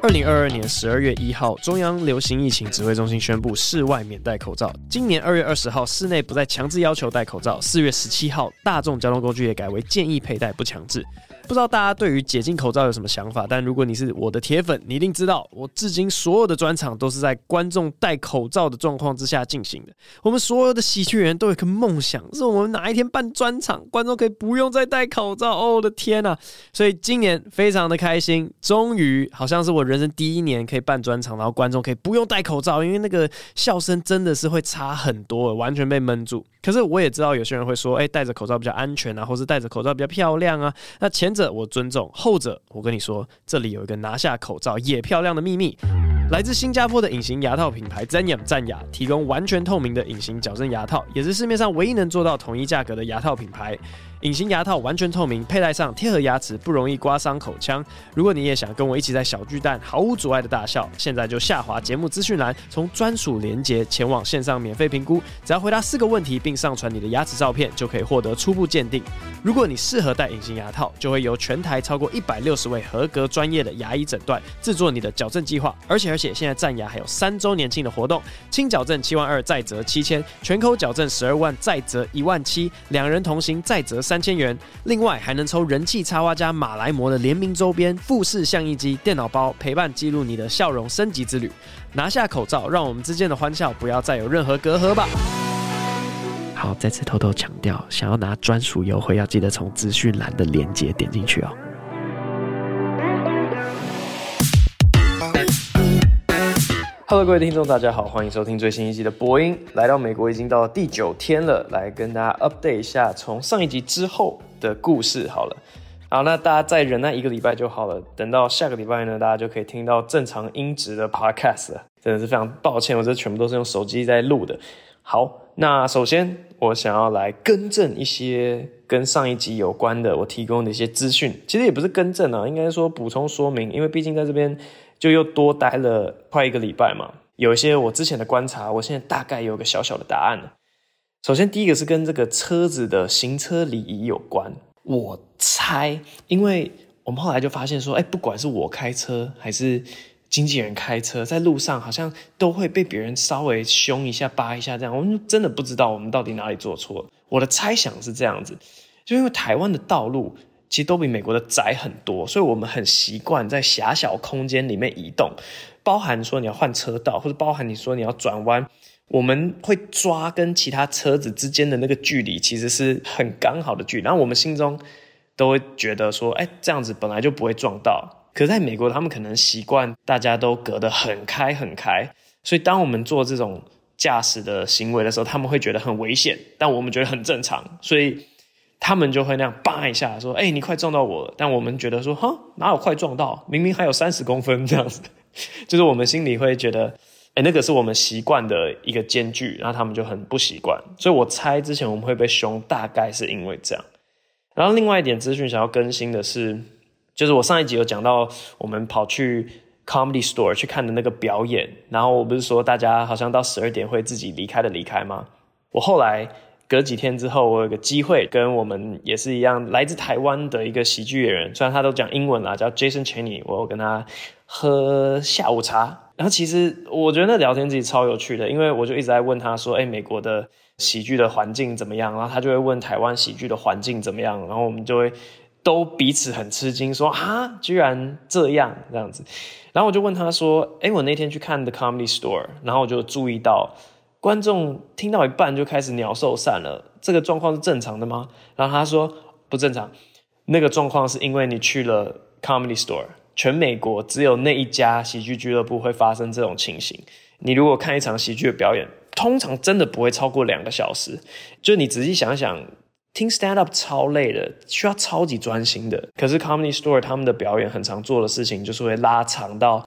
2022年12月1号，中央流行疫情指挥中心宣布室外免戴口罩。今年2月20号，室内不再强制要求戴口罩。4月17号，大众交通工具也改为建议佩戴，不强制。不知道大家对于解禁口罩有什么想法？但如果你是我的铁粉，你一定知道，我至今所有的专场都是在观众戴口罩的状况之下进行的。我们所有的喜剧人都有一个梦想，是我们哪一天办专场，观众可以不用再戴口罩。哦，我的天啊！所以今年非常的开心，终于好像是我人生第一年可以办专场，然后观众可以不用戴口罩，因为那个笑声真的是会差很多，完全被闷住。可是我也知道有些人会说，戴着口罩比较安全啊，或是戴着口罩比较漂亮啊。那前者我尊重，后者我跟你说，这里有一个拿下口罩也漂亮的秘密。来自新加坡的隐形牙套品牌 Zenyum 战牙提供完全透明的隐形矫正牙套，也是市面上唯一能做到统一价格的牙套品牌。隐形牙套完全透明，佩戴上贴合牙齿，不容易刮伤口腔。如果你也想跟我一起在小巨蛋毫无阻碍的大笑，现在就下滑节目资讯栏，从专属连结前往线上免费评估，只要回答4个问题并上传你的牙齿照片，就可以获得初步鉴定。如果你适合戴隐形牙套，就会由全台超过160位合格专业的牙医诊断，制作你的矫正计划。而且现在战牙还有3周年庆的活动，轻矫正72000再折7000，全口矫正12万再折17000，两人同行再折3000元。另外还能抽人气插画家马来貘的联名周边、富士相机机、电脑包，陪伴记录你的笑容升级之旅。拿下口罩，让我们之间的欢笑不要再有任何隔阂吧。好，再次偷偷强调，想要拿专属优惠，要记得从资讯栏的连结点进去哦。Hello， 各位听众，大家好，欢迎收听最新一集的播音。来到美国已经到了第9天了，来跟大家 update 一下从上一集之后的故事好了。好，那大家再忍耐1个礼拜就好了，等到下个礼拜呢，大家就可以听到正常音质的 podcast 了。真的是非常抱歉，我这全部都是用手机在录的。好，那首先我想要来更正一些跟上一集有关的我提供的一些资讯，其实也不是更正啊，应该说补充说明，因为毕竟在这边就又多待了快1个礼拜嘛，有一些我之前的观察，我现在大概有个小小的答案了。首先第一个是跟这个车子的行车礼仪有关，我猜，因为我们后来就发现说，不管是我开车还是经纪人开车，在路上好像都会被别人稍微凶一下扒一下这样，我们真的不知道我们到底哪里做错了。我的猜想是这样子，就因为台湾的道路其实都比美国的窄很多，所以我们很习惯在狭小空间里面移动，包含说你要换车道，或者包含你说你要转弯，我们会抓跟其他车子之间的那个距离其实是很刚好的距离，然后我们心中都会觉得说，这样子本来就不会撞到。可是在美国他们可能习惯大家都隔得很开很开，所以当我们做这种驾驶的行为的时候，他们会觉得很危险，但我们觉得很正常，所以他们就会那样叭一下说，你快撞到我了，但我们觉得说，哪有快撞到，明明还有30公分这样子，就是我们心里会觉得那个是我们习惯的一个间距，然后他们就很不习惯，所以我猜之前我们会被凶大概是因为这样。然后另外一点资讯想要更新的是，就是我上一集有讲到我们跑去 Comedy Store 去看的那个表演，然后我不是说大家好像到12点会自己离开吗？我后来隔几天之后，我有个机会跟我们也是一样来自台湾的一个喜剧演员，虽然他都讲英文啦，叫 Jason Cheney， 我有跟他喝下午茶，然后其实我觉得那聊天自己超有趣的，因为我就一直在问他说，美国的喜剧的环境怎么样，然后他就会问台湾喜剧的环境怎么样，然后我们就会都彼此很吃惊说，居然这样子。然后我就问他说，我那天去看 The Comedy Store， 然后我就注意到观众听到一半就开始鸟兽散了，这个状况是正常的吗？然后他说不正常，那个状况是因为你去了 Comedy Store， 全美国只有那一家喜剧俱乐部会发生这种情形。你如果看一场喜剧的表演，通常真的不会超过2个小时，就你仔细想想，听 stand up 超累的，需要超级专心的，可是 Comedy Store 他们的表演很常做的事情就是会拉长到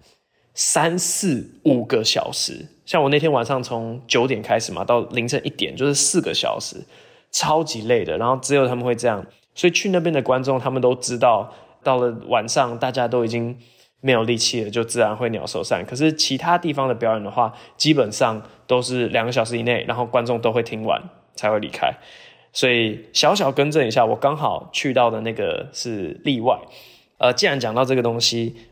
3、4、5个小时，像我那天晚上从9点开始嘛，到凌晨1点就是4个小时，超级累的，然后只有他们会这样，所以去那边的观众他们都知道，到了晚上大家都已经没有力气了，就自然会鸟兽散。可是其他地方的表演的话，基本上都是2个小时以内，然后观众都会听完才会离开。所以小小更正一下，我刚好去到的那个是例外。既然讲到这个东西，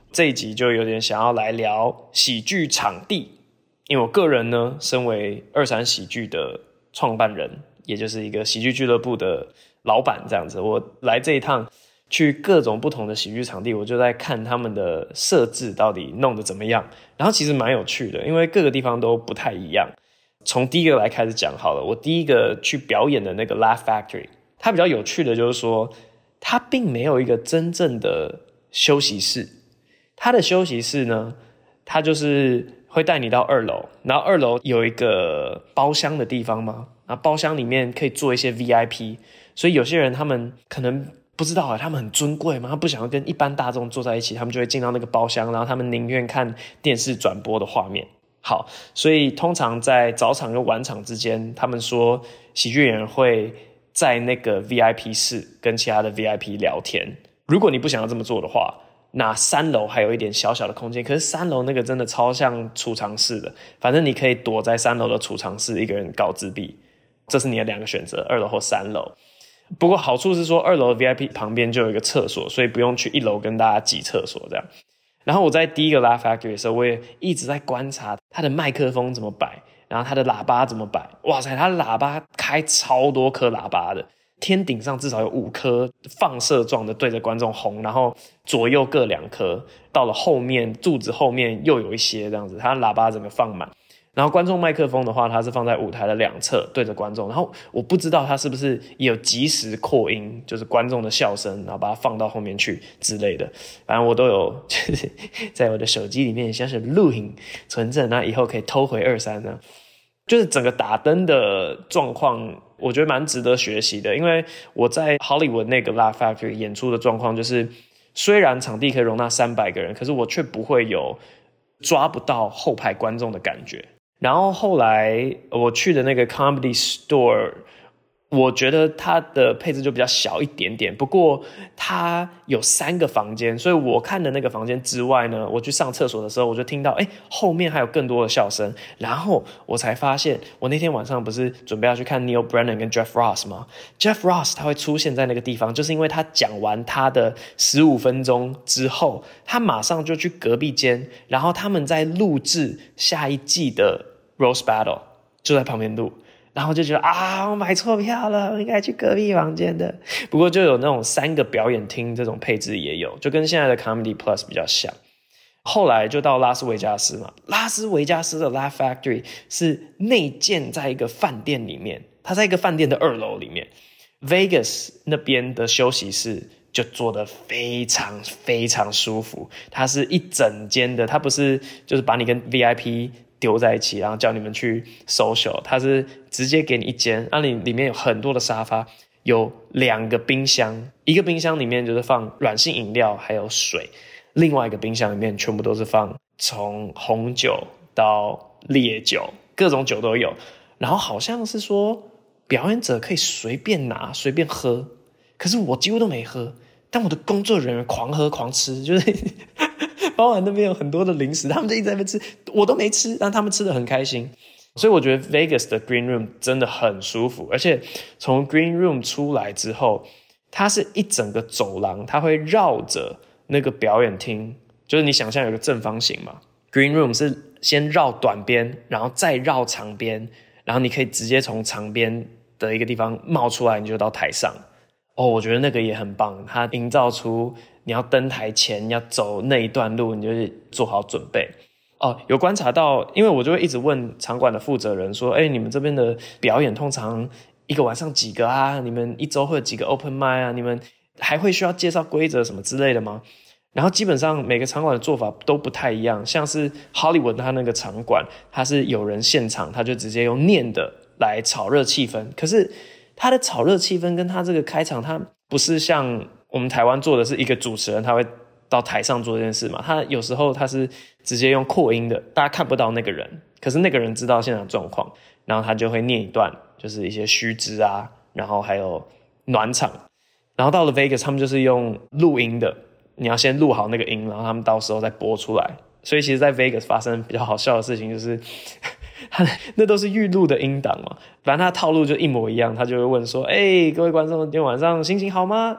这一集就有点想要来聊喜剧场地，因为我个人呢，身为23喜剧的创办人，也就是一个喜剧俱乐部的老板这样子，我来这一趟去各种不同的喜剧场地，我就在看他们的设置到底弄得怎么样，然后其实蛮有趣的，因为各个地方都不太一样。从第一个来开始讲好了，我第一个去表演的那个 Laugh Factory， 它比较有趣的就是说，它并没有一个真正的休息室。它的休息室呢，它就是会带你到2楼，然后2楼有一个包厢的地方嘛，然后包厢里面可以做一些 VIP， 所以有些人他们可能不知道他们很尊贵嘛，他不想要跟一般大众坐在一起，他们就会进到那个包厢，然后他们宁愿看电视转播的画面。好，所以通常在早场跟晚场之间，他们说喜剧演员会在那个 VIP 室跟其他的 VIP 聊天。如果你不想要这么做的话，那3楼还有一点小小的空间，可是3楼那个真的超像储藏室的，反正你可以躲在3楼的储藏室一个人搞自闭，这是你的2个选择，2楼或3楼。不过好处是说2楼的 VIP 旁边就有一个厕所，所以不用去1楼跟大家挤厕所这样。然后我在第一个 Laugh Factory 的时候，我也一直在观察他的麦克风怎么摆，然后他的喇叭怎么摆。哇塞，他的喇叭开超多颗喇叭的，天顶上至少有5颗放射状的对着观众轰，然后左右各2颗，到了后面柱子后面又有一些这样子，他的喇叭整个放满。然后观众麦克风的话，它是放在舞台的2侧对着观众，然后我不知道它是不是也有即时扩音，就是观众的笑声，然后把它放到后面去之类的。反正我都有就是在我的手机里面像是录影存证，那以后可以偷回23呢。就是整个打灯的状况我觉得蛮值得学习的，因为我在 Hollywood 那个 Laugh Factory 演出的状况就是虽然场地可以容纳300个人，可是我却不会有抓不到后排观众的感觉。然后后来我去的那个 Comedy Store， 我觉得它的配置就比较小一点点，不过它有3个房间，所以我看的那个房间之外呢，我去上厕所的时候我就听到后面还有更多的笑声，然后我才发现我那天晚上不是准备要去看 Neil Brennan 跟 Jeff Ross 吗？ Jeff Ross 他会出现在那个地方，就是因为他讲完他的15分钟之后，他马上就去隔壁间，然后他们在录制下一季的 Roast Battle， 就在旁边录，然后就觉得我买错票了，我应该去隔壁房间的。不过就有那种3个表演厅这种配置也有，就跟现在的 Comedy Plus 比较像。后来就到拉斯维加斯嘛，拉斯维加斯的 Laugh Factory 是内建在一个饭店里面，它在一个饭店的2楼里面。Vegas 那边的休息室就做得非常非常舒服，它是一整间的，它不是就是把你跟 VIP丢在一起然后叫你们去 social， 它是直接给你一间，你里面有很多的沙发，有2个冰箱，一个冰箱里面就是放软性饮料还有水，另外一个冰箱里面全部都是放从红酒到烈酒，各种酒都有，然后好像是说表演者可以随便拿随便喝，可是我几乎都没喝，但我的工作人员狂喝狂吃，就是包含那边有很多的零食，他们就一直在那边吃，我都没吃，但他们吃得很开心。所以我觉得 Vegas 的 Green Room 真的很舒服，而且从 Green Room 出来之后，它是一整个走廊，它会绕着那个表演厅，就是你想象有个正方形嘛， Green Room 是先绕短边，然后再绕长边，然后你可以直接从长边的一个地方冒出来，你就到台上。我觉得那个也很棒，它营造出你要登台前要走那一段路，你就是做好准备。有观察到，因为我就会一直问场馆的负责人说，你们这边的表演通常一个晚上几个啊？你们一周会有几个 open mic 啊？你们还会需要介绍规则什么之类的吗？然后基本上每个场馆的做法都不太一样，像是 Hollywood 他那个场馆，他是有人现场，他就直接用念的来炒热气氛，可是他的炒热气氛跟他这个开场，他不是像我们台湾做的是一个主持人他会到台上做这件事嘛，他有时候他是直接用扩音的，大家看不到那个人，可是那个人知道现场状况，然后他就会念一段就是一些须知啊，然后还有暖场。然后到了 Vegas 他们就是用录音的，你要先录好那个音，然后他们到时候再播出来。所以其实在 Vegas 发生比较好笑的事情就是那都是预录的音档嘛，反正他的套路就一模一样，他就会问说各位观众今天晚上心情好吗？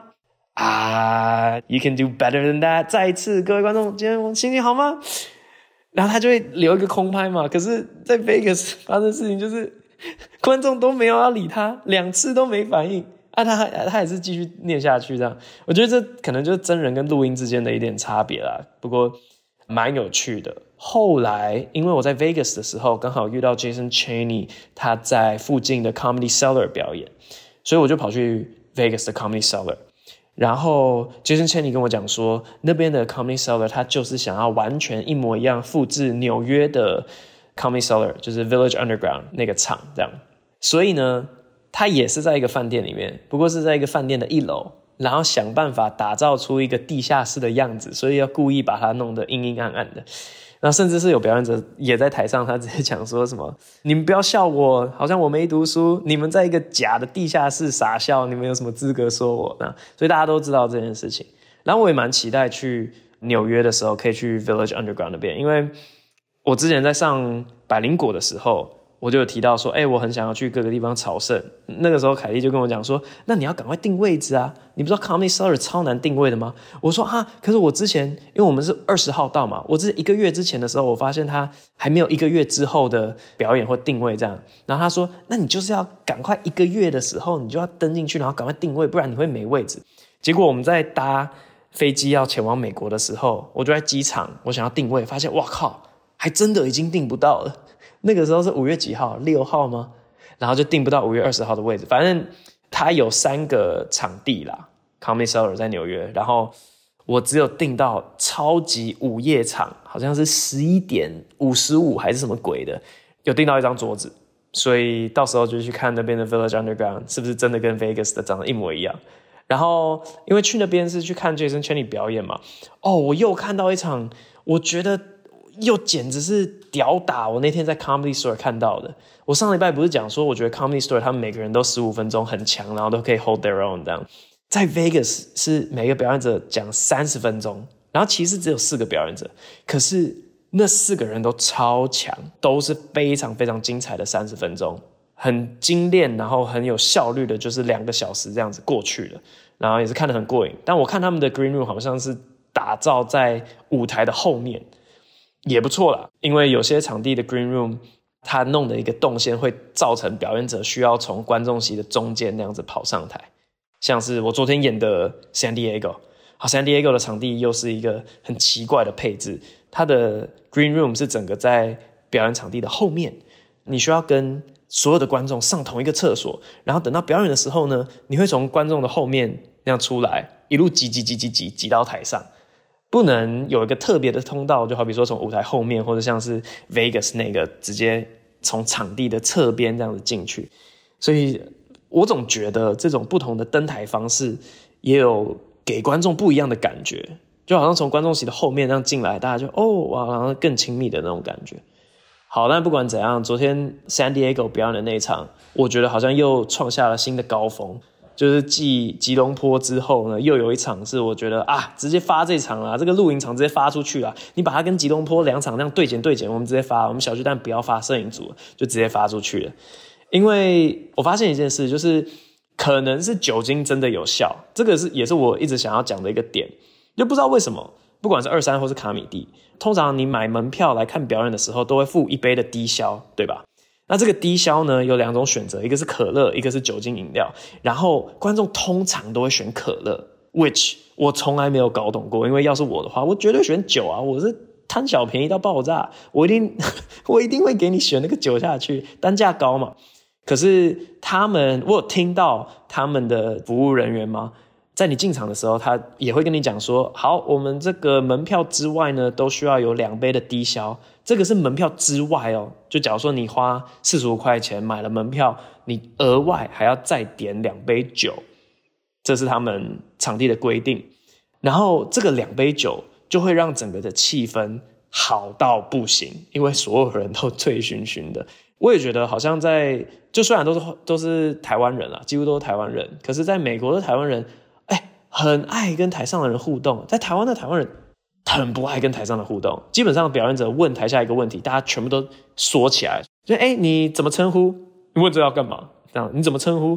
You can do better than that， 再一次，各位观众，今天我心情好吗？然后他就会留一个空拍嘛。可是在 Vegas 发生的事情就是观众都没有要理他，2次都没反应他还是继续念下去这样。我觉得这可能就是真人跟录音之间的一点差别啦，不过蛮有趣的。后来因为我在 Vegas 的时候刚好遇到 Jason Cheney， 他在附近的 Comedy Cellar 表演，所以我就跑去 Vegas 的 Comedy Cellar。然后 Jason Cheney 跟我讲说，那边的 Comedy Cellar 他就是想要完全一模一样复制纽约的 Comedy Cellar， 就是 Village Underground 那个场这样。所以呢，他也是在一个饭店里面，不过是在一个饭店的1楼，然后想办法打造出一个地下室的样子，所以要故意把它弄得阴阴暗暗的。然后甚至是有表演者也在台上，他直接讲说什么，你们不要笑我，好像我没读书，你们在一个假的地下室傻笑，你们有什么资格说我呢？所以大家都知道这件事情。然后我也蛮期待去纽约的时候可以去 Village Underground 那边，因为我之前在上百灵果的时候，我就有提到说我很想要去各个地方朝圣。那个时候凯莉就跟我讲说，那你要赶快定位置啊，你不知道 Comedy Cellar 超难定位的吗？我说可是我之前因为我们是20号到嘛，我这是1个月之前的时候，我发现他还没有1个月之后的表演或定位这样。然后他说，那你就是要赶快1个月的时候你就要登进去，然后赶快定位，不然你会没位置。结果我们在搭飞机要前往美国的时候，我就在机场，我想要定位，发现哇靠，还真的已经订不到了。那个时候是5月几号？6号吗？然后就订不到5月20号的位置。反正它有3个场地啦 ，Comedy Cellar 在纽约，然后我只有订到超级午夜场，好像是11点55还是什么鬼的，有订到一张桌子，所以到时候就去看那边的 Village Underground 是不是真的跟 Vegas 的长得一模一样。然后因为去那边是去看 Jason Cheney 表演嘛，我又看到一场，我觉得又简直是屌打我那天在 Comedy Store 看到的。我上礼拜不是讲说我觉得 Comedy Store 他们每个人都15分钟很强，然后都可以 hold their own 这样。在 Vegas 是每个表演者讲30分钟，然后其实只有4个表演者，可是那4个人都超强，都是非常非常精彩的30分钟，很精炼，然后很有效率的，就是2个小时这样子过去了，然后也是看得很过瘾。但我看他们的 Green Room 好像是打造在舞台的后面，也不错啦，因为有些场地的 Green Room 它弄的一个动线会造成表演者需要从观众席的中间那样子跑上台，像是我昨天演的 San Diego。San Diego 的场地又是一个很奇怪的配置，它的 Green Room 是整个在表演场地的后面，你需要跟所有的观众上同一个厕所，然后等到表演的时候呢，你会从观众的后面那样出来，一路挤到台上，不能有一个特别的通道，就好比说从舞台后面，或者像是 Vegas 那个直接从场地的侧边这样子进去。所以我总觉得这种不同的登台方式也有给观众不一样的感觉，就好像从观众席的后面这样进来，大家就哇，然后更亲密的那种感觉。好，但不管怎样，昨天 San Diego 表演的那一场，我觉得好像又创下了新的高峰。就是继吉隆坡之后呢，又有一场是我觉得直接发这场啦，这个露营场直接发出去啦，你把它跟吉隆坡2场这样对剪，我们直接发，我们小巨蛋不要发摄影组，就直接发出去了。因为我发现一件事，就是可能是酒精真的有效，这个也是我一直想要讲的一个点，就不知道为什么，不管是23或是卡米蒂，通常你买门票来看表演的时候，都会附一杯的低消，对吧？那这个低消呢，有2种选择，一个是可乐，一个是酒精饮料。然后观众通常都会选可乐 ，which 我从来没有搞懂过，因为要是我的话，我绝对选酒啊！我是贪小便宜到爆炸，我一定会给你选那个酒下去，单价高嘛。可是我有听到他们的服务人员吗？在你进场的时候，他也会跟你讲说，好，我们这个门票之外呢，都需要有2杯的低消。这个是门票之外哦，就假如说你花45块钱买了门票，你额外还要再点2杯酒，这是他们场地的规定。然后这个2杯酒就会让整个的气氛好到不行，因为所有人都醉醺醺的。我也觉得好像就虽然都是台湾人啦，几乎都是台湾人，可是在美国的台湾人很爱跟台上的人互动，在台湾的台湾人很不爱跟台上的互动，基本上表演者问台下一个问题，大家全部都缩起来，就你怎么称呼？你问这要干嘛？这样你怎么称呼？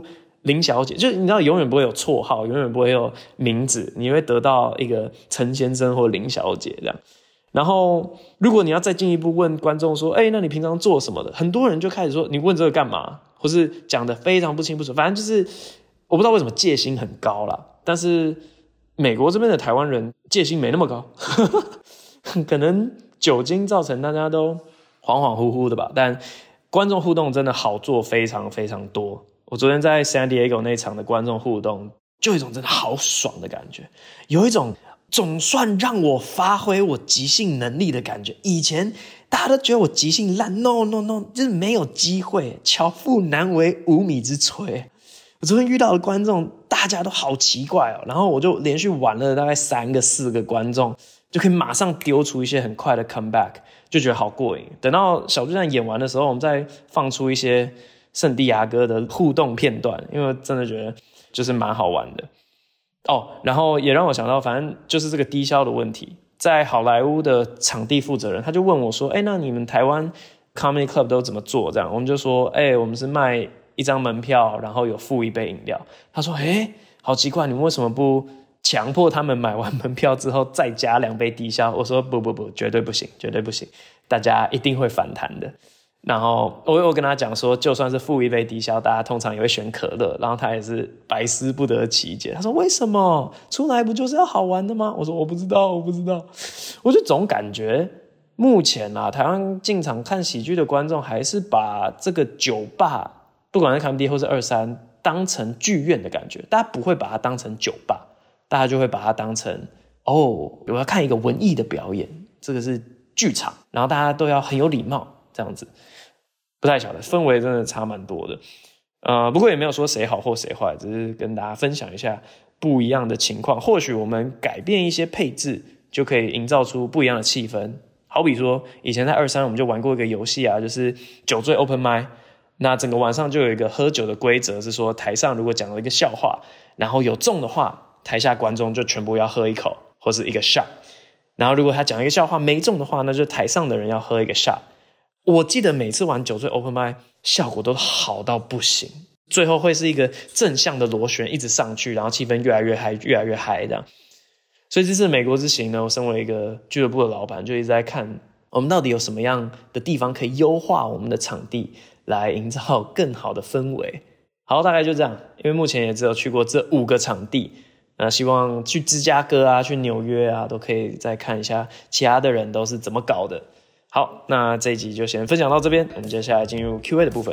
林小姐，就是你知道永远不会有绰号，永远不会有名字，你会得到一个陈先生或林小姐这样。然后如果你要再进一步问观众说，那你平常做什么的，很多人就开始说你问这个干嘛，或是讲得非常不清不楚，反正就是我不知道为什么戒心很高啦，但是美国这边的台湾人戒心没那么高可能酒精造成大家都恍恍惚惚的吧，但观众互动真的好做非常非常多。我昨天在 San Diego 那场的观众互动，就有一种真的好爽的感觉，有一种总算让我发挥我即兴能力的感觉。以前大家都觉得我即兴烂 ，no， 就是没有机会，巧妇难为无米之炊。我昨天遇到的观众，大家都好奇怪哦，然后我就连续玩了大概3个4个观众，就可以马上丢出一些很快的 comeback， 就觉得好过瘾。等到小巨蛋演完的时候，我们再放出一些圣地亚哥的互动片段，因为真的觉得就是蛮好玩的然后也让我想到，反正就是这个低消的问题。在好莱坞的场地负责人他就问我说，那你们台湾 comedy club 都怎么做？这样我们就说，我们是卖1张门票，然后有附1杯饮料。他说，好奇怪，你们为什么不强迫他们买完门票之后再加2杯低消？我说不，绝对不行，绝对不行，大家一定会反弹的。然后我有跟他讲说，就算是附1杯低消，大家通常也会选可乐，然后他也是百思不得其解。他说为什么出来不就是要好玩的吗？我说我不知道。我就总感觉目前台湾进场看喜剧的观众还是把这个酒吧，不管是Comedy或是23，当成剧院的感觉，大家不会把它当成酒吧，大家就会把它当成我要看一个文艺的表演，这个是剧场，然后大家都要很有礼貌这样子。不太晓得，氛围真的差蛮多的。不过也没有说谁好或谁坏，只是跟大家分享一下不一样的情况。或许我们改变一些配置，就可以营造出不一样的气氛。好比说，以前在23我们就玩过一个游戏就是酒醉 open mic。那整个晚上就有一个喝酒的规则，是说台上如果讲了一个笑话，然后有中的话，台下观众就全部要喝一口或是一个 shot。然后如果他讲一个笑话没中的话，那就台上的人要喝一个 shot。我记得每次玩酒醉 open mic 效果都好到不行，最后会是一个正向的螺旋一直上去，然后气氛越来越嗨越来越嗨这样。所以这次美国之行呢，我身为一个俱乐部的老板，就一直在看我们到底有什么样的地方可以优化我们的场地，来营造更好的氛围。好，大概就这样，因为目前也只有去过这5个场地，希望去芝加哥去纽约都可以再看一下其他的人都是怎么搞的。好，那这一集就先分享到这边，我们接下来进入 Q&A 的部分。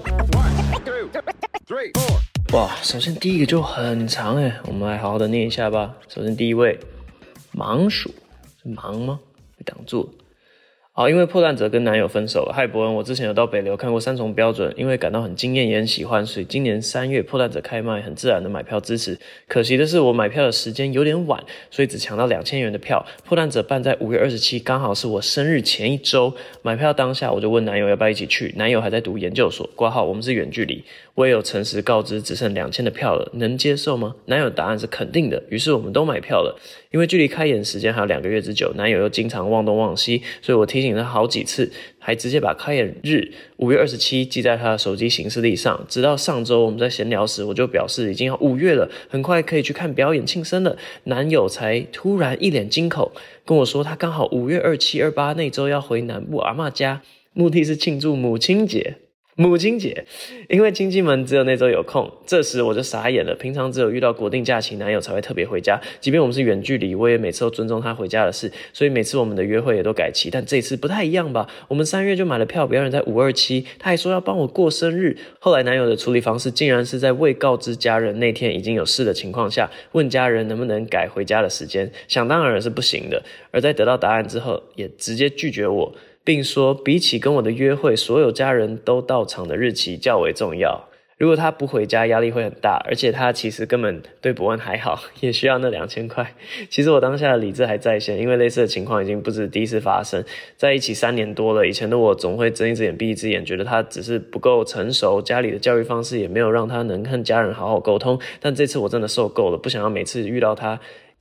哇，首先第一个就很长我们来好好的念一下吧。首先第一位，盲鼠，是盲吗？被挡住了。好，因为破蛋者跟男友分手了。嗨，伯恩，我之前有到北流看过3重标准，因为感到很惊艳也很喜欢，所以今年3月破蛋者开卖，很自然的买票支持。可惜的是我买票的时间有点晚，所以只抢到2000元的票。破蛋者办在5月27，刚好是我生日前1周。买票当下我就问男友要不要一起去，男友还在读研究所，挂号我们是远距离。我也有诚实告知只剩2000的票了，能接受吗？男友答案是肯定的，于是我们都买票了。因为距离开演时间还有2个月之久，男友又经常忘东忘西，所以我提醒他好几次，还直接把开演日5月27记在他的手机行事历上。直到上周我们在闲聊时，我就表示已经要5月了，很快可以去看表演庆生了，男友才突然一脸惊恐跟我说，他刚好5月27、28那周要回南部阿嬷家，目的是庆祝母亲节，因为亲戚们只有那周有空。这时我就傻眼了，平常只有遇到国定假期男友才会特别回家，即便我们是远距离，我也每次都尊重他回家的事，所以每次我们的约会也都改期。但这次不太一样吧，我们3月就买了票，表演在527，他还说要帮我过生日。后来男友的处理方式竟然是在未告知家人那天已经有事的情况下，问家人能不能改回家的时间，想当然是不行的。而在得到答案之后，也直接拒绝我，并说比起跟我的约会所有家人都到场的日期较为重要。如果他不回家压力会很大，而且他其实根本对伯恩还好，也需要那2000块。其实我当下的理智还在线，因为类似的情况已经不止第一次发生，在一起3年多了，以前的我总会睁一只眼闭一只眼，觉得他只是不够成熟，家里的教育方式也没有让他能和家人好好沟通。但这次我真的受够了，不想要每次遇到他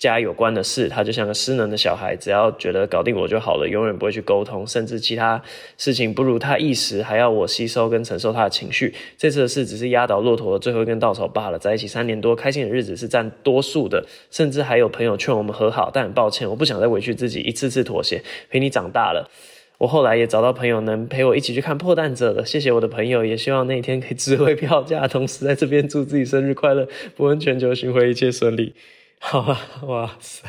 家有关的事，他就像个失能的小孩，只要觉得搞定我就好了，永远不会去沟通，甚至其他事情不如他意识，还要我吸收跟承受他的情绪。这次的事只是压倒骆驼的最后一根稻草罢了，在一起3年多，开心的日子是占多数的，甚至还有朋友劝我们和好，但很抱歉，我不想再委屈自己，一次次妥协，陪你长大了。我后来也找到朋友能陪我一起去看破蛋者了，谢谢我的朋友，也希望那一天可以值回票价，同时在这边祝自己生日快乐，伯恩全球巡回一切顺利。好啊，哇塞，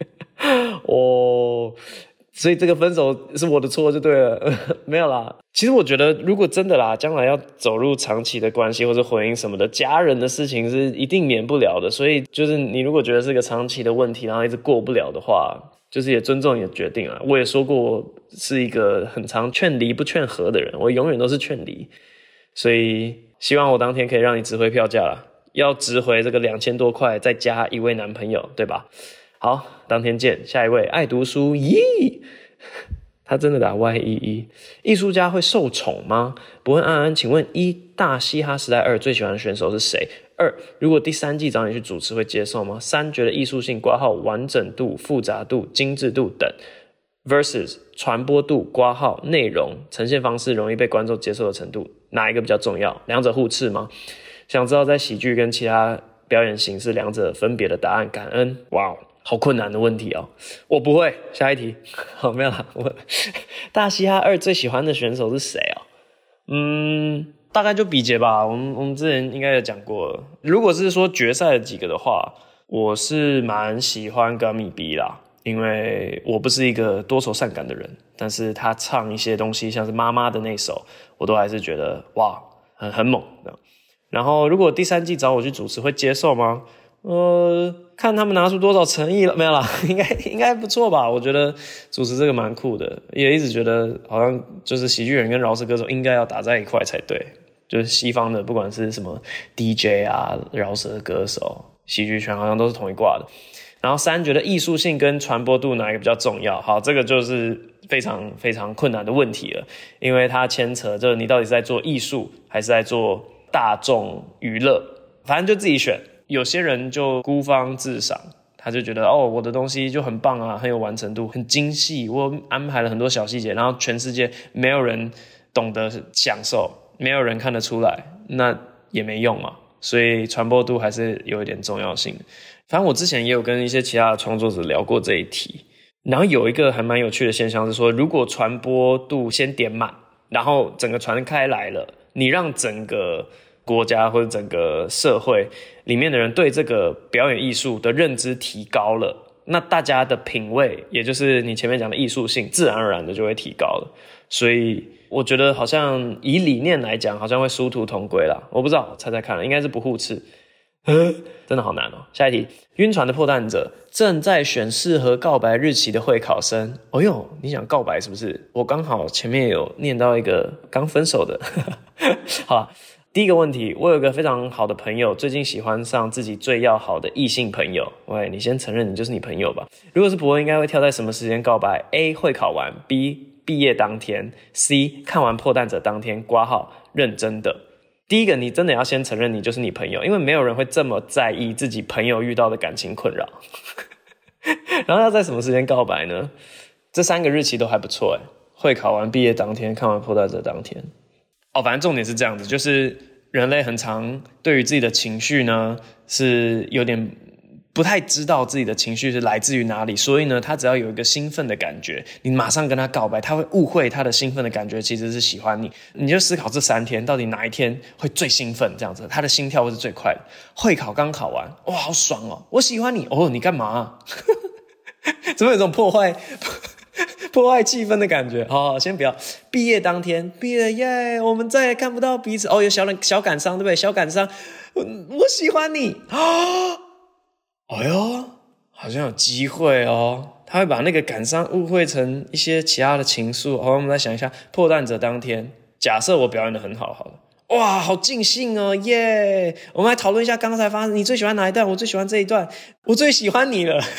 所以这个分手是我的错就对了，没有啦。其实我觉得，如果真的啦，将来要走入长期的关系或者婚姻什么的，家人的事情是一定免不了的。所以就是你如果觉得是个长期的问题，然后一直过不了的话，就是也尊重你的决定啊。我也说过，我是一个很常劝离不劝和的人，我永远都是劝离。所以希望我当天可以让你值回票价啦。要值回这个2000多块，再加一位男朋友，对吧？好，当天见。下一位爱读书，咦，他真的打 YEE。艺术家会受宠吗？伯恩安安，请问1大嘻哈时代2最喜欢的选手是谁？2如果第3季找你去主持会接受吗？3觉得艺术性括号完整度、复杂度、精致度等 versus 传播度括号内容呈现方式容易被观众接受的程度，哪一个比较重要？两者互斥吗？想知道在喜剧跟其他表演形式两者分别的答案，感恩。哇，好困难的问题哦，我不会。下一题，好，没有啦。大嘻哈2最喜欢的选手是谁哦？大概就比杰吧。我们之前应该有讲过了。如果是说决赛的几个的话，我是蛮喜欢 Gummy B 啦，因为我不是一个多愁善感的人，但是他唱一些东西，像是妈妈的那首，我都还是觉得哇，很猛这样。然后如果第3季找我去主持会接受吗？看他们拿出多少诚意了，没有啦，应该不错吧。我觉得主持这个蛮酷的，也一直觉得好像就是喜剧人跟饶舌歌手应该要打在一块才对。就是西方的不管是什么 DJ 啊、饶舌歌手、喜剧圈好像都是同一挂的。然后3觉得艺术性跟传播度哪一个比较重要？好，这个就是非常非常困难的问题了，因为它牵扯就是你到底是在做艺术还是在做大众娱乐，反正就自己选。有些人就孤芳自赏，他就觉得我的东西就很棒啊，很有完成度，很精细，我安排了很多小细节，然后全世界没有人懂得享受，没有人看得出来，那也没用嘛。所以传播度还是有一点重要性的。反正我之前也有跟一些其他的创作者聊过这一题，然后有一个还蛮有趣的现象是说，如果传播度先点满，然后整个传开来了，你让整个国家或者整个社会里面的人对这个表演艺术的认知提高了，那大家的品味，也就是你前面讲的艺术性，自然而然的就会提高了。所以我觉得好像以理念来讲，好像会殊途同归啦。我不知道，猜猜看，应该是不互斥。真的好难哦。下一题，晕船的破蛋者正在选适合告白日期的会考生。哦哟，你想告白是不是？我刚好前面有念到一个刚分手的。好啦，第一个问题，我有一个非常好的朋友，最近喜欢上自己最要好的异性朋友。喂，你先承认你就是你朋友吧。如果是伯恩，应该会挑在什么时间告白？ A 会考完， B 毕业当天， C 看完破蛋者当天括号认真的。第一个，你真的要先承认你就是你朋友，因为没有人会这么在意自己朋友遇到的感情困扰。然后要在什么时间告白呢？这3个日期都还不错诶，会考完，毕业当天，看完破蛋者当天。反正重点是这样子，就是人类很常对于自己的情绪呢是有点不太知道自己的情绪是来自于哪里，所以呢他只要有一个兴奋的感觉，你马上跟他告白，他会误会他的兴奋的感觉其实是喜欢你。你就思考这3天到底哪一天会最兴奋，这样子他的心跳会是最快的。会考刚考完，哇好爽哦，我喜欢你哦，你干嘛怎么有种破坏气氛的感觉？好，先不要。毕业当天，毕业耶，我们再也看不到彼此。有小感伤，对不对？小感伤，我喜欢你。哎呦，好像有机会哦。他会把那个感伤误会成一些其他的情愫。我们来想一下，破蛋者当天，假设我表演得很好，好了。哇，好尽兴哦，耶！我们来讨论一下刚才发生，你最喜欢哪一段？我最喜欢这一段，我最喜欢你了。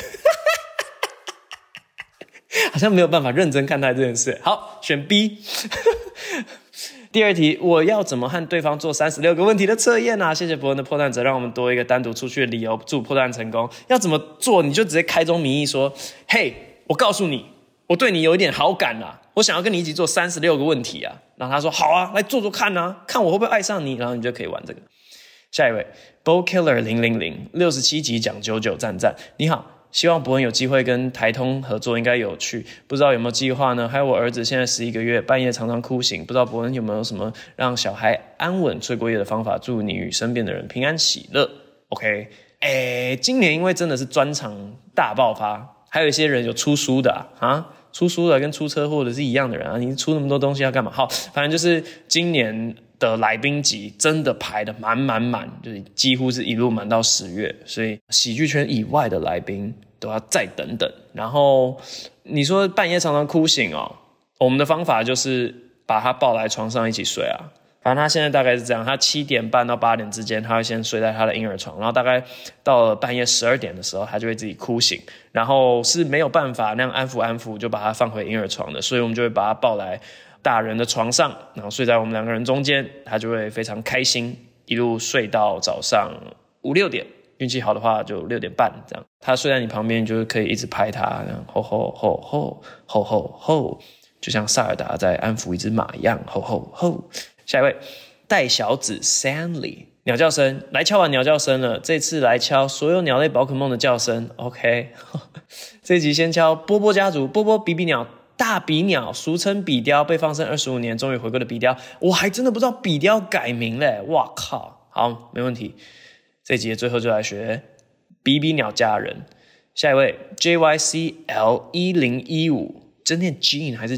好像没有办法认真看待这件事。好，选 B 第二题，我要怎么和对方做36个问题的测验啊？谢谢伯恩的破蛋者，让我们多一个单独出去的理由，祝破蛋成功。要怎么做？你就直接开宗明义说：嘿，我告诉你，我对你有一点好感啊，我想要跟你一起做36个问题啊。然后他说：好啊，来做做看啊，看我会不会爱上你。然后你就可以玩这个。下一位 Bo Killer 00067集讲99赞赞，你好。希望伯恩有机会跟台通合作，应该有趣，不知道有没有计划呢？还有我儿子现在11个月，半夜常常哭醒，不知道伯恩有没有什么让小孩安稳睡过夜的方法？祝你与身边的人平安喜乐。OK， 今年因为真的是专场大爆发，还有一些人有出书的出书的跟出车祸的是一样的人啊！你出那么多东西要干嘛？好，反正就是今年的来宾集真的排得满，就是几乎是一路满到10月，所以喜剧圈以外的来宾都要再等等。然后你说半夜常常哭醒我们的方法就是把他抱来床上一起睡啊。反正他现在大概是这样，他7点半到8点之间，他会先睡在他的婴儿床，然后大概到了半夜12点的时候，他就会自己哭醒，然后是没有办法那样安抚，就把他放回婴儿床的，所以我们就会把他抱来大人的床上，然后睡在我们2个人中间，他就会非常开心，一路睡到早上5、6点，运气好的话就6点半这样。他睡在你旁边，就是可以一直拍他，这样吼吼吼吼吼吼吼，就像萨尔达在安抚一只马一样，吼吼吼。下一位带小子 Sandy 鸟叫声，来敲完鸟叫声了，这次来敲所有鸟类宝可梦的叫声。 OK 这一集先敲波波家族，波波比比鸟大比鸟，俗称比雕，被放生25年终于回归的比雕，我还真的不知道比雕改名嘞，哇靠。好，没问题，这一集的最后就来学比比鸟家人。下一位 JYCL1015， 真念 Jean 还是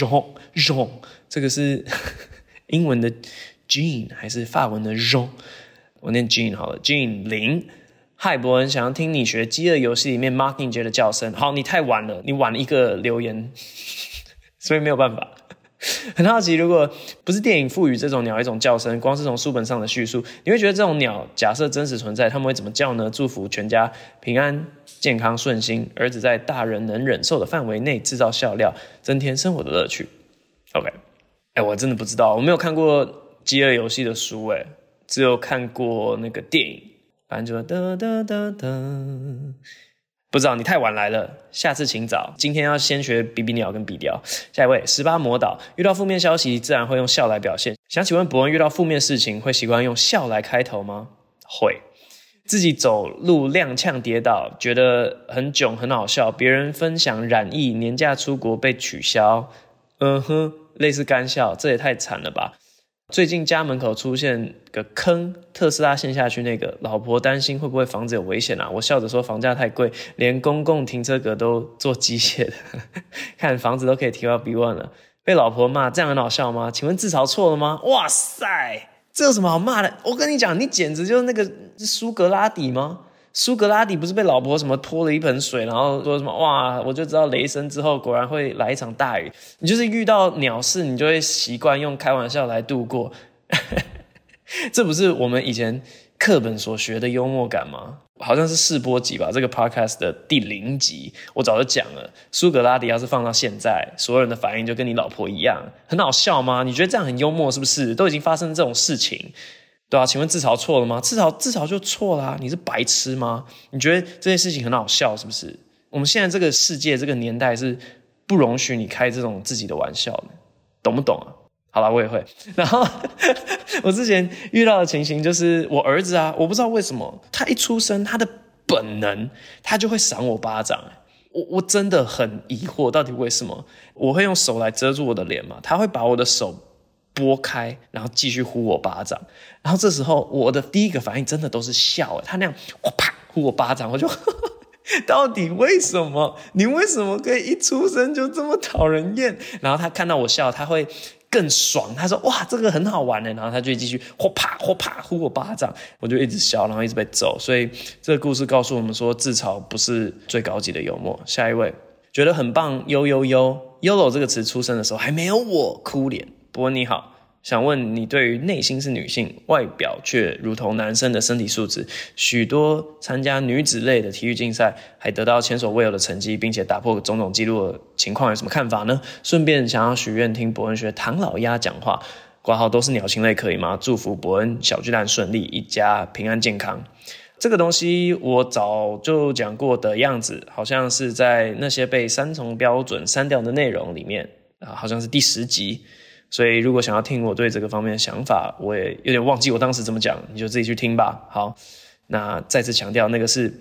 Jean？ 这个是英文的 Jean 还是法文的 Jean？ 我念 Jean 好了。 Jean 0，嗨伯恩，想要听你学饥饿游戏里面 Mockingjay 的叫声。好，你太晚了，你晚了一个留言所以没有办法。很好奇，如果不是电影赋予这种鸟一种叫声，光是从书本上的叙述，你会觉得这种鸟假设真实存在，他们会怎么叫呢？祝福全家平安健康顺心，儿子在大人能忍受的范围内制造笑料，增添生活的乐趣。 OK， 我真的不知道，我没有看过饥饿游戏的书，只有看过那个电影，反正就哒哒哒哒。不知道，你太晚来了，下次请早。今天要先学比比鸟跟比雕。下一位18魔导，遇到负面消息自然会用笑来表现，想请问伯恩，遇到负面事情会习惯用笑来开头吗？会。自己走路踉跄跌倒，觉得很囧很好笑，别人分享染疫年假出国被取消，类似干笑，这也太惨了吧。最近家门口出现个坑，特斯拉陷下去那个，老婆担心会不会房子有危险啊？我笑着说房价太贵，连公共停车格都做机械的看房子都可以提到 B1 了，被老婆骂，这样很好笑吗？请问自嘲错了吗？哇塞，这有什么好骂的？我跟你讲，你简直就是那个苏格拉底吗？苏格拉底不是被老婆什么泼了一盆水，然后说什么哇，我就知道雷声之后果然会来一场大雨。你就是遇到鸟事，你就会习惯用开玩笑来度过。这不是我们以前课本所学的幽默感吗？好像是试播集吧，这个 podcast 的第0集，我早就讲了。苏格拉底要是放到现在，所有人的反应就跟你老婆一样，很好笑吗？你觉得这样很幽默是不是？都已经发生这种事情。对啊，请问自嘲错了吗？自嘲就错啦，你是白痴吗？你觉得这件事情很好笑是不是？我们现在这个世界这个年代是不容许你开这种自己的玩笑的，懂不懂啊？好啦，我也会。然后我之前遇到的情形就是我儿子啊，我不知道为什么他一出生他的本能他就会赏我巴掌，我真的很疑惑到底为什么。我会用手来遮住我的脸嘛，他会把我的手拨开，然后继续呼我巴掌，然后这时候我的第一个反应真的都是笑，他那样啪呼我巴掌，我就到底为什么？你为什么可以一出生就这么讨人厌？然后他看到我笑，他会更爽，他说哇这个很好玩耶，然后他就继续啪呼我巴掌，我就一直笑，然后一直被揍。所以这个故事告诉我们说，自嘲不是最高级的幽默。下一位觉得很棒，YOLO 这个词出生的时候还没有我哭脸。伯恩你好，想问你对于内心是女性，外表却如同男生的身体素质，许多参加女子类的体育竞赛还得到前所未有的成绩，并且打破种种纪录的情况有什么看法呢？顺便想要许愿听伯恩学唐老鸭讲话。 括号都是鸟禽类可以吗？祝福伯恩小巨蛋顺利，一家平安健康。这个东西我早就讲过的样子，好像是在那些被3重标准删掉的内容里面好像是第10集。所以如果想要听我对这个方面的想法，我也有点忘记我当时怎么讲，你就自己去听吧。好，那再次强调，那个是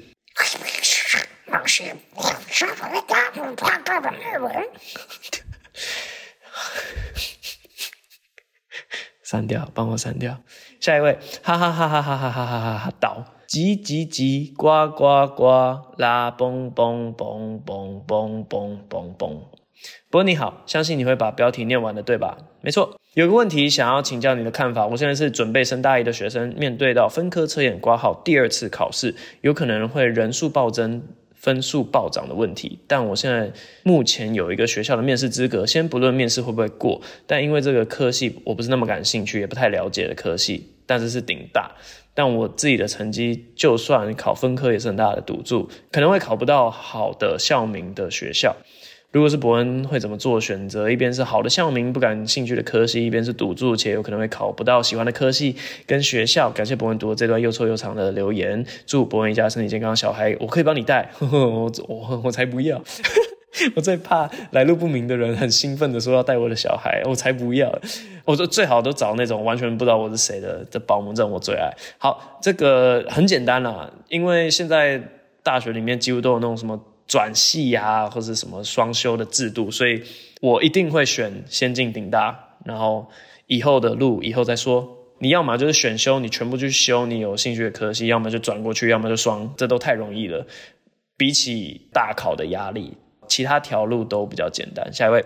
删掉，帮我删掉。下一位，哈哈哈哈哈哈哈哈哈倒，叽叽叽，呱呱呱，啦嘣嘣嘣嘣嘣嘣嘣嘣。不过你好，相信你会把标题念完的，对吧？没错。有个问题想要请教你的看法，我现在是准备升大一的学生，面对到分科测验括号第2次考试，有可能会人数暴增，分数暴涨的问题，但我现在目前有一个学校的面试资格，先不论面试会不会过，但因为这个科系我不是那么感兴趣，也不太了解的科系，但是是顶大，但我自己的成绩就算考分科也是很大的赌注，可能会考不到好的校名的学校。如果是伯恩会怎么做选择？一边是好的校名不感兴趣的科系，一边是赌注且有可能会考不到喜欢的科系跟学校。感谢伯恩读了这段又臭又长的留言，祝伯恩一家身体健康，小孩我可以帮你带，我才不要。我最怕来路不明的人很兴奋的说要带我的小孩，我才不要。我最好都找那种完全不知道我是谁的保姆，这种我最爱。好，这个很简单啦，因为现在大学里面几乎都有那种什么转系啊，或是什么双修的制度，所以我一定会选先进顶大，然后以后的路以后再说。你要么就是选修，你全部去修你有兴趣的科系，要么就转过去，要么就双，这都太容易了。比起大考的压力，其他条路都比较简单。下一位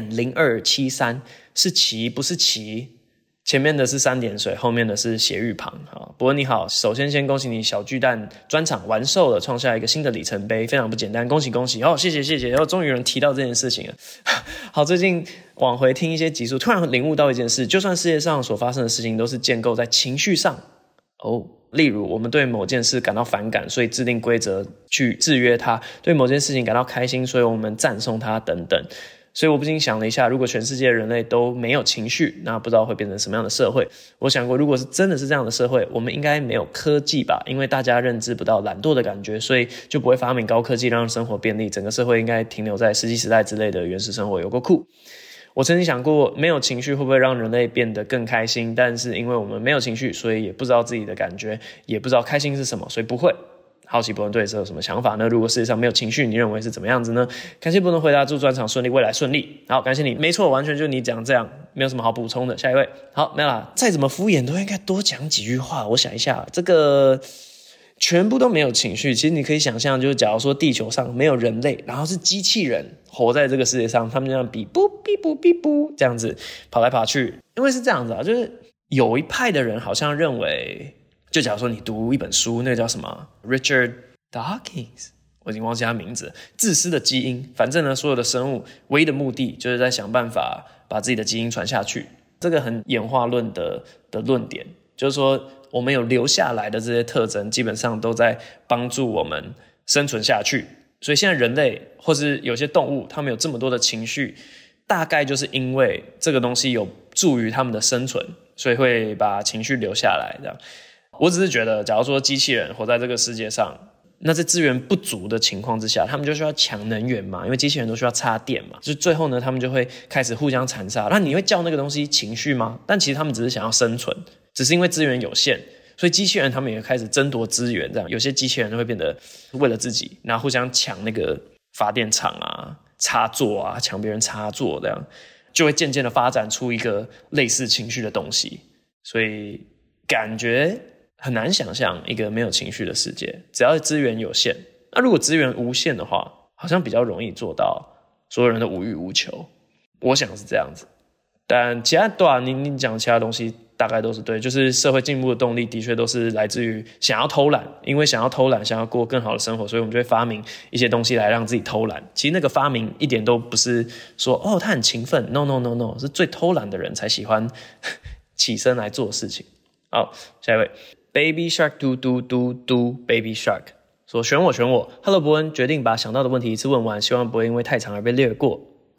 Ann0273 是棋不是棋，前面的是3点水，后面的是斜玉旁。伯恩你好，首先恭喜你小巨蛋专场完售了，创下一个新的里程碑，非常不简单，恭喜恭喜！谢谢，终于有人提到这件事情了。好，最近往回听一些集数，突然领悟到一件事，就算世界上所发生的事情都是建构在情绪上例如我们对某件事感到反感，所以制定规则去制约它，对某件事情感到开心，所以我们赞颂它等等。所以我不禁想了一下，如果全世界的人类都没有情绪，那不知道会变成什么样的社会。我想过，如果是真的是这样的社会，我们应该没有科技吧，因为大家认知不到懒惰的感觉，所以就不会发明高科技让生活便利，整个社会应该停留在石器时代之类的原始生活，有够酷。我曾经想过，没有情绪会不会让人类变得更开心，但是因为我们没有情绪，所以也不知道自己的感觉，也不知道开心是什么，所以不会。好奇伯恩对这有什么想法呢？如果世界上没有情绪，你认为是怎么样子呢？感谢伯恩回答，祝专场顺利，未来顺利。好，感谢你，没错，完全就是你讲这样，没有什么好补充的。下一位，好，没有啦，再怎么敷衍都应该多讲几句话。我想一下，这个全部都没有情绪，其实你可以想象，就是假如说地球上没有人类，然后是机器人活在这个世界上，他们这样比布比布比布这样子跑来跑去，因为是这样子啊，就是有一派的人好像认为。就假如说你读一本书，那个叫什么 Richard Dawkins， 我已经忘记他名字，自私的基因。反正呢，所有的生物唯一的目的就是在想办法把自己的基因传下去。这个很演化论的论点，就是说我们有留下来的这些特征，基本上都在帮助我们生存下去。所以现在人类或是有些动物，他们有这么多的情绪，大概就是因为这个东西有助于他们的生存，所以会把情绪留下来这样。我只是觉得，假如说机器人活在这个世界上，那在资源不足的情况之下，他们就需要抢能源嘛，因为机器人都需要插电嘛，就最后呢，他们就会开始互相残杀。那你会叫那个东西情绪吗？但其实他们只是想要生存，只是因为资源有限，所以机器人他们也开始争夺资源，这样有些机器人会变得为了自己，然后互相抢那个发电厂啊、插座啊，抢别人插座，这样就会渐渐的发展出一个类似情绪的东西，所以感觉。很难想象一个没有情绪的世界，只要资源有限。那如果资源无限的话，好像比较容易做到所有人都无欲无求。我想是这样子，但其他对啊，你讲其他东西大概都是对，就是社会进步的动力的确都是来自于想要偷懒，因为想要偷懒，想要过更好的生活，所以我们就会发明一些东西来让自己偷懒。其实那个发明一点都不是说他很勤奋 ，no， 是最偷懒的人才喜欢起身来做事情。好，下一位。Baby Shark 嘟嘟嘟嘟 Baby Shark 说选我 Hello 伯恩，决定把想到的问题一次问完，希望不会因为太长而被略过。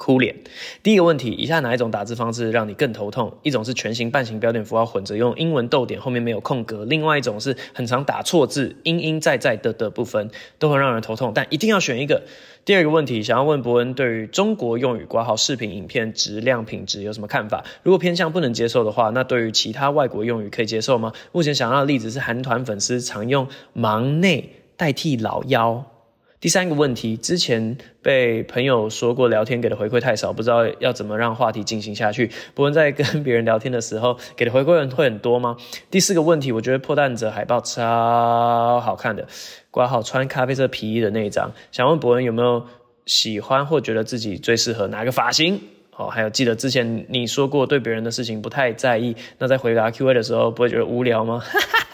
哭脸。第一个问题，以下哪一种打字方式让你更头痛？一种是全形半形标点符号混着用，英文逗点后面没有空格，另外一种是很常打错字，音在的部分都会让人头痛，但一定要选一个。第二个问题，想要问伯恩对于中国用语括号视频影片质量品质有什么看法？如果偏向不能接受的话，那对于其他外国用语可以接受吗？目前想到的例子是韩团粉丝常用忙内代替老幺。第三个问题，之前被朋友说过聊天给的回馈太少，不知道要怎么让话题进行下去。伯恩在跟别人聊天的时候给的回馈会很多吗？第四个问题，我觉得破蛋者海报超好看的，挂号穿咖啡色皮衣的那一张，想问伯恩有没有喜欢或觉得自己最适合哪个发型？还有记得之前你说过对别人的事情不太在意，那在回答 Q&A 的时候不会觉得无聊吗？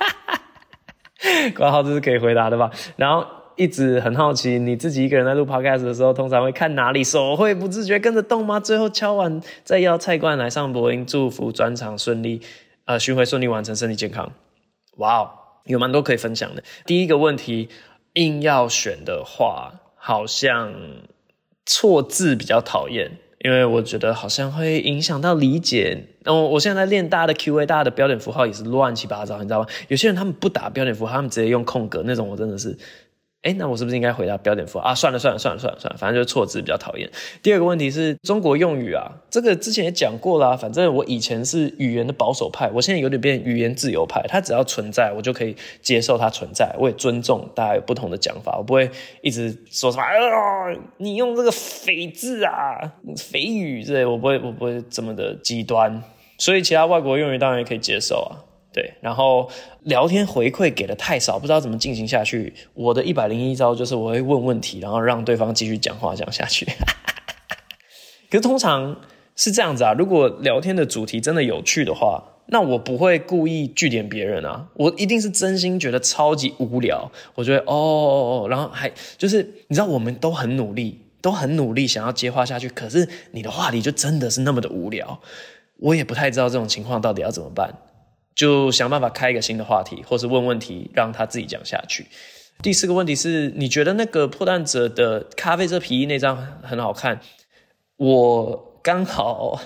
挂号这是可以回答的吧？然后一直很好奇，你自己一个人在录 podcast 的时候，通常会看哪里？手会不自觉跟着动吗？最后敲完，再邀菜冠来上播音，祝福专场顺利，巡回顺利完成，身体健康。哇哦，有蛮多可以分享的。第一个问题，硬要选的话，好像错字比较讨厌，因为我觉得好像会影响到理解。我现在在练大家的 Q&A， 大家的标点符号也是乱七八糟，你知道吗？有些人他们不打标点符号，他们直接用空格，那种我真的是。那我是不是应该回答标点符号啊？算了，反正就是错字比较讨厌。第二个问题是中国用语啊，这个之前也讲过啦。反正我以前是语言的保守派，我现在有点变语言自由派。它只要存在，我就可以接受它存在。我也尊重大家有不同的讲法，我不会一直说什么你用这个匪字啊、匪语之类，我不会这么的极端。所以其他外国用语当然也可以接受啊。对，然后聊天回馈给的太少，不知道怎么进行下去。我的101招就是我会问问题，然后让对方继续讲话讲下去。可是通常是这样子啊，如果聊天的主题真的有趣的话，那我不会故意句点别人啊，我一定是真心觉得超级无聊，我觉得然后还就是你知道我们都很努力想要接话下去，可是你的话题就真的是那么的无聊，我也不太知道这种情况到底要怎么办。就想办法开一个新的话题，或是问问题让他自己讲下去。第四个问题是，你觉得那个破蛋者的咖啡色皮衣那张很好看，我刚好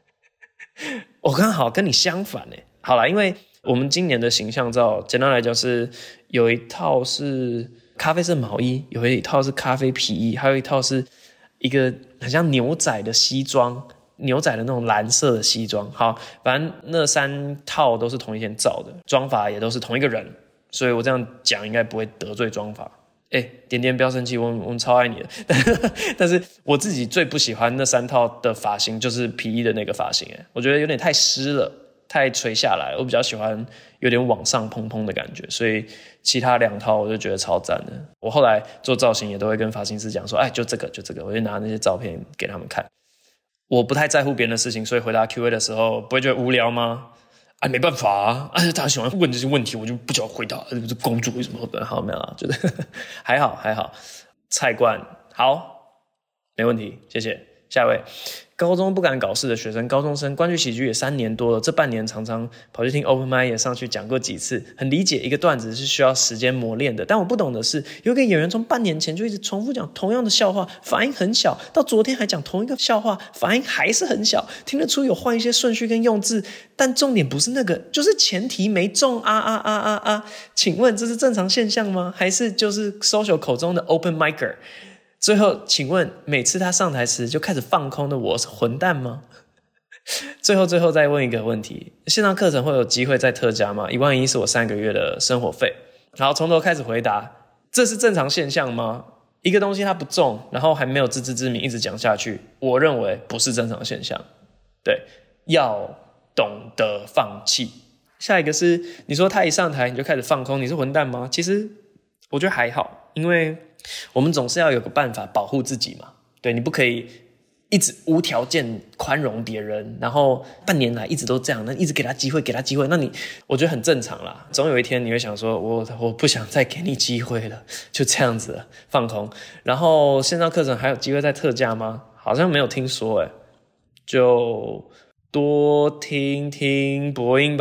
跟你相反耶。好啦，因为我们今年的形象照简单来讲是有一套是咖啡色毛衣，有一套是咖啡皮衣，还有一套是一个很像牛仔的西装，牛仔的那种蓝色的西装。好，反正那3套都是同一天照的，妆法也都是同一个人，所以我这样讲应该不会得罪妆法。点点不要生气，我们超爱你的。但是我自己最不喜欢那3套的发型就是皮衣的那个发型，我觉得有点太湿了，太垂下来了，我比较喜欢有点往上蓬蓬的感觉，所以其他2套我就觉得超赞的。我后来做造型也都会跟发型师讲说，就这个，我就拿那些照片给他们看。我不太在乎别人的事情，所以回答 Q&A 的时候不会觉得无聊吗？没办法啊，大家喜欢问这些问题，我就不想回答。这工作为什么好没有啊？觉得还好。菜冠好，没问题，谢谢。下一位，高中不敢搞事的学生，高中生关注喜剧也3年多了，这半年常常跑去听 Open Mic， 也上去讲过几次，很理解一个段子是需要时间磨练的。但我不懂的是，有一个演员从半年前就一直重复讲同样的笑话，反应很小，到昨天还讲同一个笑话，反应还是很小，听得出有换一些顺序跟用字，但重点不是那个，就是前提没中啊！请问这是正常现象吗？还是就是 social 口中的 Open Micer？最后请问每次他上台时就开始放空的我是混蛋吗？最后再问一个问题，线上课程会有机会再特价吗？11000是我3个月的生活费。然后从头开始回答，这是正常现象吗？一个东西它不中，然后还没有自知之明一直讲下去，我认为不是正常现象。对，要懂得放弃。下一个是你说他一上台你就开始放空，你是混蛋吗？其实我觉得还好，因为我们总是要有个办法保护自己嘛。对，你不可以一直无条件宽容别人，然后半年来一直都这样，那一直给他机会，那我觉得很正常啦。总有一天你会想说我不想再给你机会了，就这样子了，放空。然后线上课程还有机会再特价吗？好像没有听说就多听听播音吧。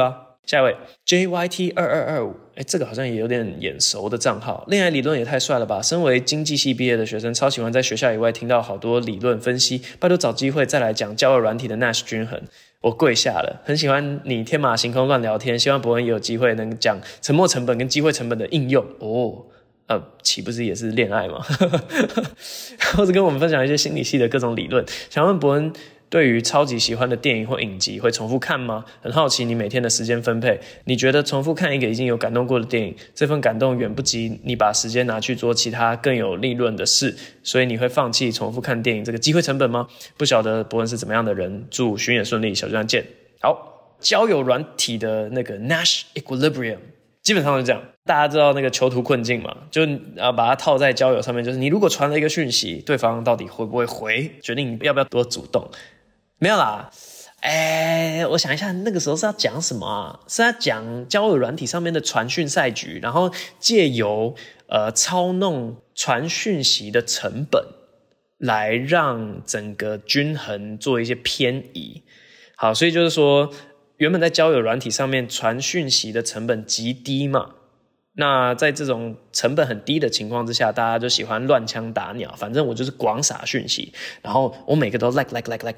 下一位 JYT2225，这个好像也有点眼熟的账号。恋爱理论也太帅了吧！身为经济系毕业的学生，超喜欢在学校以外听到好多理论分析，拜托找机会再来讲交友软体的 Nash 均衡。我跪下了，很喜欢你天马行空乱聊天，希望伯恩也有机会能讲沉没成本跟机会成本的应用哦。岂不是也是恋爱吗？或者跟我们分享一些心理系的各种理论。想问伯恩，对于超级喜欢的电影或影集会重复看吗？很好奇你每天的时间分配，你觉得重复看一个已经有感动过的电影，这份感动远不及你把时间拿去做其他更有利润的事，所以你会放弃重复看电影这个机会成本吗？不晓得伯恩是怎么样的人，祝巡演顺利，小巨蛋见。好，交友软体的那个 Nash Equilibrium 基本上是这样，大家知道那个囚徒困境嘛，就把它套在交友上面，就是你如果传了一个讯息，对方到底会不会回，决定你要不要多主动。没有啦，我想一下，那个时候是要讲什么啊？是要讲交友软体上面的传讯赛局，然后借由操弄传讯息的成本，来让整个均衡做一些偏移。好，所以就是说，原本在交友软体上面传讯息的成本极低嘛。那在这种成本很低的情况之下，大家就喜欢乱枪打鸟，反正我就是广撒讯息，然后我每个都 like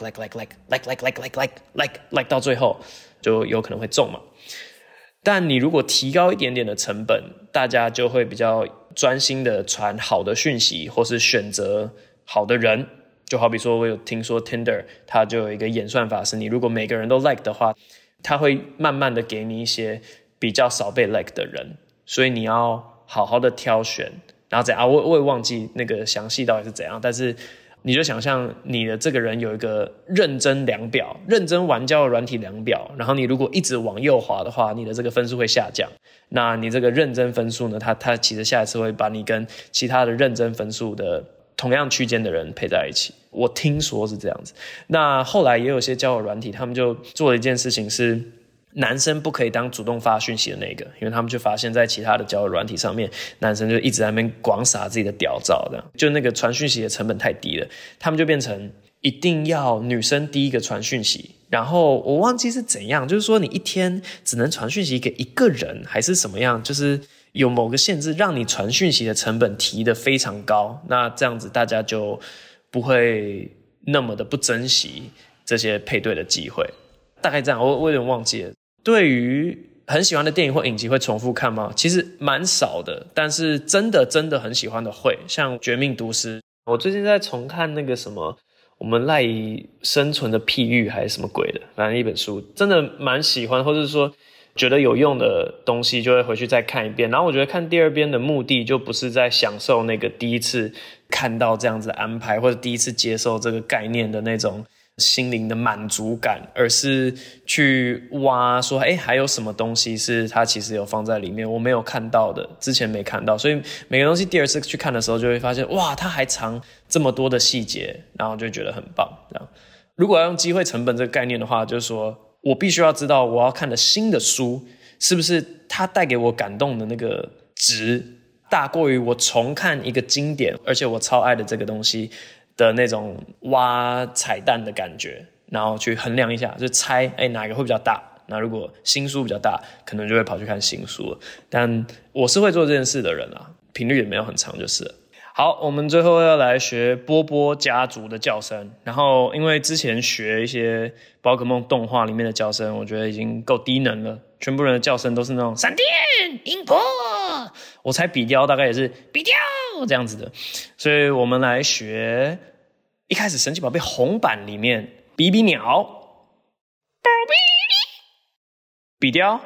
到最后就有可能会中嘛。但你如果提高一点点的成本，大家就会比较专心的传好的讯息，或是选择好的人。就好比说我有听说 Tinder 它就有一个演算法，是你如果每个人都 like 的话，它会慢慢的给你一些比较少被 like 的人，所以你要好好的挑选，然后怎样我也忘记那个详细到底是怎样，但是你就想象你的这个人有一个认真量表，认真玩交友软体量表，然后你如果一直往右滑的话，你的这个分数会下降。那你这个认真分数呢，它其实下一次会把你跟其他的认真分数的同样区间的人配在一起，我听说是这样子。那后来也有些交友软体，他们就做了一件事情是，男生不可以当主动发讯息的那个，因为他们就发现在其他的交友软体上面，男生就一直在那边广撒自己的屌照，这样就那个传讯息的成本太低了，他们就变成一定要女生第一个传讯息，然后我忘记是怎样，就是说你一天只能传讯息给一个人，还是什么样，就是有某个限制，让你传讯息的成本提得非常高，那这样子大家就不会那么的不珍惜这些配对的机会，大概这样，我有点忘记了。对于很喜欢的电影或影集会重复看吗？其实蛮少的，但是真的很喜欢的会，像《绝命毒师》，我最近在重看那个什么我们赖以生存的譬喻还是什么鬼的，反正一本书，真的蛮喜欢，或者是说觉得有用的东西就会回去再看一遍。然后我觉得看第二遍的目的就不是在享受那个第一次看到这样子的安排，或者第一次接受这个概念的那种心灵的满足感，而是去挖说还有什么东西是它其实有放在里面我没有看到的，之前没看到，所以每个东西第二次去看的时候就会发现，哇，它还藏这么多的细节，然后就觉得很棒。这样如果要用机会成本这个概念的话，就是说我必须要知道我要看的新的书是不是它带给我感动的那个值大过于我重看一个经典而且我超爱的这个东西的那种挖彩蛋的感觉，然后去衡量一下，就猜哪个会比较大。那如果新书比较大，可能就会跑去看新书了。但我是会做这件事的人啊，频率也没有很长就是了。好，我们最后要来学波波家族的叫声。然后因为之前学一些宝可梦动画里面的叫声，我觉得已经够低能了，全部人的叫声都是那种闪电、音波，我猜比雕大概也是比雕这样子的。所以我们来学一开始神奇宝贝红版里面比比鸟、宝贝比雕，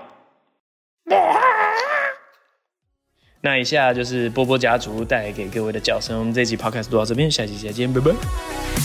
那以下就是波波家族带给各位的叫声。我们这一集 podcast 录到这边，下期再见，拜拜。